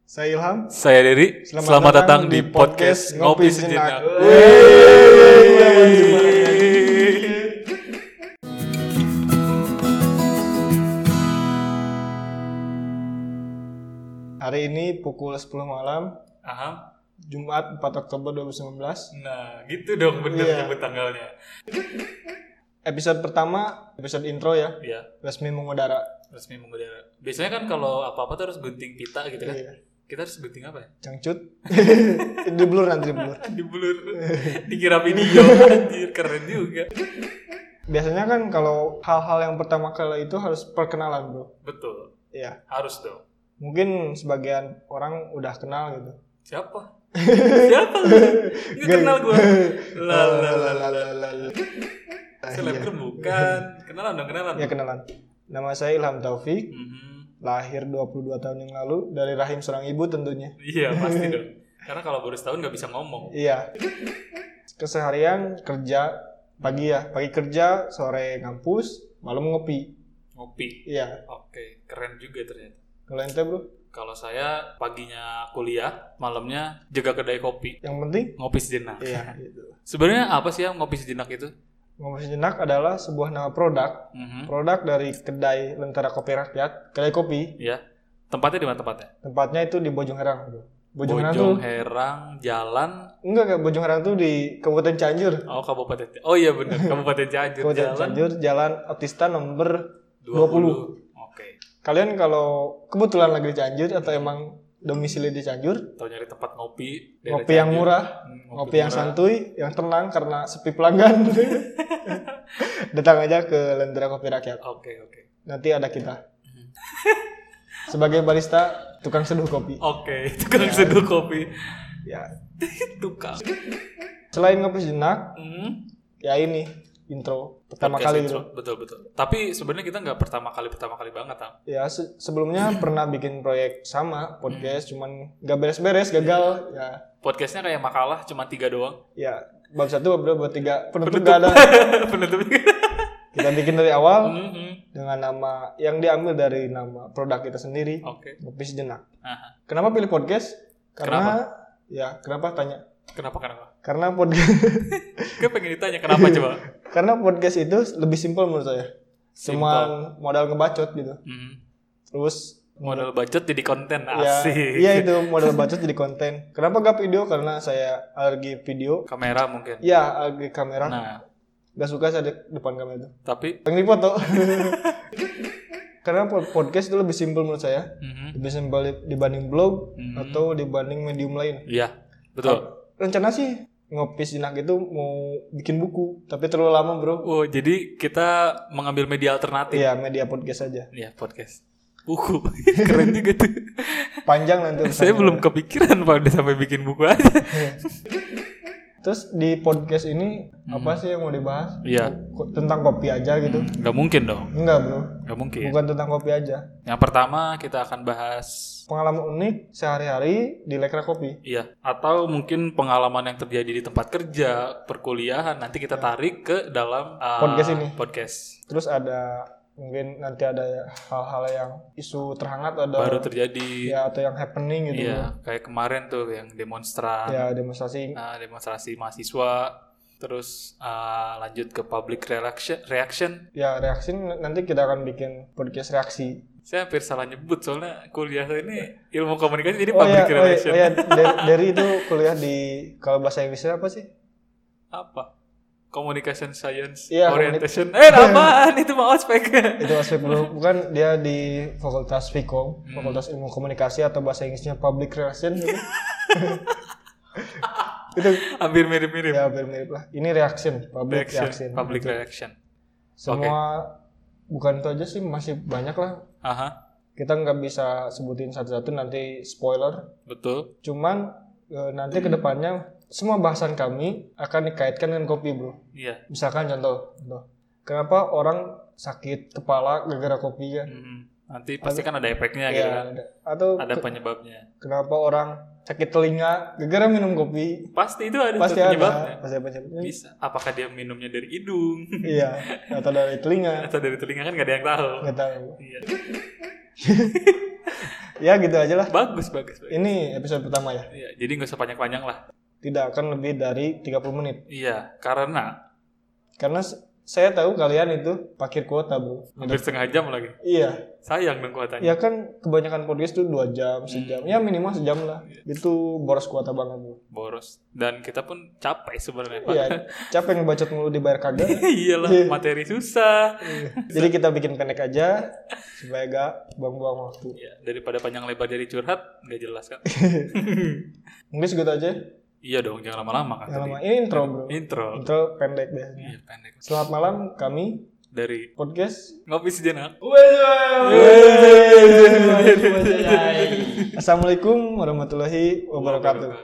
Saya Ilham. Saya Dery. Selamat datang di podcast Ngopi Sejenak. Hari ini pukul 10 malam. Aha. Jumat 4 Oktober 2019. Nah, gitu dong bener nyebut tanggalnya. Episode pertama, episode intro ya. Iya. Resmi mengudara. Biasanya kan kalau apa-apa tuh harus gunting pita gitu kan. Iya. Kita harus gunting apa ya? Cangcut. Di blur nanti blur. Dibulur. Dikira video. Anjir, keren juga. Biasanya kan kalau hal-hal yang pertama kali itu harus perkenalan, bro. Betul. Iya. Harus dong. Mungkin sebagian orang udah kenal gitu. Siapa? Siapa lu? Nggak kenal gue. Selebgram bukan. Kenalan dong, kenalan. Ya kenalan. Nama saya Ilham Taufik. Mhm. Lahir 22 tahun yang lalu dari rahim seorang ibu tentunya. Iya, pasti dong. Karena kalau baru setahun nggak bisa ngomong. Iya. Keseharian kerja pagi ya, pagi kerja, sore ngampus, malam ngopi. Ngopi. Iya. Oke, keren juga ternyata. Kalau ente bro, Kalau saya paginya kuliah, malamnya jaga kedai kopi. yang penting Ngopi sejenak. iya gitu. Sebenarnya apa sih yang ngopi sejenak itu? Ngopi sejenak adalah sebuah nama produk. Produk dari kedai Lentera Kopi Rakyat, kedai kopi. Ya. Tempatnya di mana tempatnya? Tempatnya itu di Bojong Herang, bro. Bojong Herang tuh Herang, Jalan. enggak, Bojong Herang tuh di Kabupaten Cianjur. Oh, Kabupaten. Oh iya benar, Kabupaten Cianjur. Kabupaten Cianjur, Jalan Otista nomor 20. Oke. Kalian kalau kebetulan lagi di Cianjur atau emang domisili di Cianjur, Tahu nyari tempat ngopi. ngopi yang murah, ngopi yang santuy, yang tenang karena sepi pelanggan. Datang aja ke Lentera Kopi Rakyat. Oke. Nanti ada kita. Sebagai barista, tukang seduh kopi. Oke, tukang seduh kopi. Ya. Tukang. Selain ngopi sejenak, Hmm. ya ini intro pertama Podcast kali intro. gitu. Betul. Tapi sebenarnya kita nggak pertama kali banget, Tam. Ya sebelumnya pernah bikin proyek sama podcast, cuman gak beres-beres, gagal. Ya, Podcastnya kayak makalah, cuma 3 doang. ya bab 1, bab 3, penutup gak ada. Penutupnya. Kita bikin dari awal Mhm. dengan nama yang diambil dari nama produk kita sendiri, Oke. Ngopi Sejenak. Aha. Kenapa pilih podcast? Karena kenapa tanya? Kenapa? Karena podcast Gue pengen ditanya kenapa coba. karena podcast itu lebih simpel menurut saya. Cuma modal ngebacot gitu. Mhm. Terus Modal bacot jadi konten ya, asik. iya itu modal bacot jadi konten. Kenapa gak video? Karena saya alergi video. Kamera mungkin. Ya, alergi kamera. Nah, Gak suka saya di depan kamera itu. tapi Pengen dipoto. Karena podcast itu lebih simpel menurut saya. Lebih simpel dibanding blog atau dibanding medium lain. iya, betul. Rencana sih Ngopi Sejenak itu mau bikin buku, tapi terlalu lama bro. Oh, jadi kita mengambil media alternatif. Iya, media podcast aja. Iya, podcast. Buku. Keren juga tuh. Panjang nanti. Saya belum kepikiran Pak udah sampai bikin buku aja. Terus di podcast ini apa sih yang mau dibahas? Iya. Tentang kopi aja gitu? Nggak mungkin dong. Enggak bro, Nggak mungkin. bukan tentang kopi aja. Yang pertama kita akan bahas Pengalaman unik sehari-hari di Lekra Kopi. iya, atau mungkin pengalaman yang terjadi di tempat kerja, perkuliahan, nanti kita tarik ke dalam Podcast ini. Podcast. Terus ada mungkin nanti ada hal-hal yang isu terhangat atau Baru terjadi. ya atau yang happening gitu. Iya, kayak kemarin tuh yang demonstran, Ya demonstrasi. demonstrasi mahasiswa, terus lanjut ke public reaction. Ya reaksi nanti kita akan bikin podcast reaksi. Saya hampir salah nyebut soalnya kuliah saya ini ilmu komunikasi jadi Oh public ya, relation. Dari itu kuliah di kalau bahasa Inggrisnya apa sih? Apa? Communication Science Iya, Orientation. Apaan itu mau ospek? Itu aspek bukan dia di Fakultas Fikom, Fakultas Ilmu Komunikasi atau bahasa Inggrisnya Public Relation gitu. Itu Hampir mirip-mirip. ya hampir mirip lah. Ini reaction, public reaction. Public reaction. Semua bukan itu aja sih, masih banyak lah. Aha, Kita nggak bisa sebutin satu-satu nanti spoiler. betul. Cuman nanti kedepannya semua bahasan kami akan dikaitkan dengan kopi bro. Iya. Misalkan contoh. Kenapa orang sakit kepala gara-gara kopi ya? Nanti pasti kan ada efeknya gitu kan. Atau Ada penyebabnya. kenapa orang sakit telinga gara-gara minum kopi? Pasti itu ada Pasti tuh ada. penyebabnya. Pasti ada penyebabnya. Bisa. Apakah dia minumnya dari hidung Iya. Atau dari telinga. atau dari telinga kan nggak ada yang tahu. Nggak tahu. Iya. Ya gitu aja lah. Bagus. Ini episode pertama ya. Iya, jadi nggak usah panjang-panjang lah. Tidak akan lebih dari 30 menit. Iya, karena Saya tahu kalian itu parkir kuota, Bro. hampir setengah jam lagi. Iya. Sayang dong kuotanya. Ya kan kebanyakan podcast tuh 2 jam, sejam. Ya minimal sejam lah. Itu boros kuota banget, Bro. Boros. Dan kita pun capek sebenarnya, Pak. Iya, capek ngebacot mulu dibayar kagak. Iyalah, materi susah. Jadi kita bikin pendek aja supaya gak buang-buang waktu. Ya, daripada panjang lebar jadi curhat, nggak jelas kan? Mungkin segitu aja. Iya dong, jangan lama-lama kan. Yang tadi. lama. Ini intro, Bro. Intro. Intro pendek biasanya. Iya, pendek. Selamat malam, kami Dari podcast. Ngopi Sejenak. Assalamualaikum warahmatullahi wabarakatuh.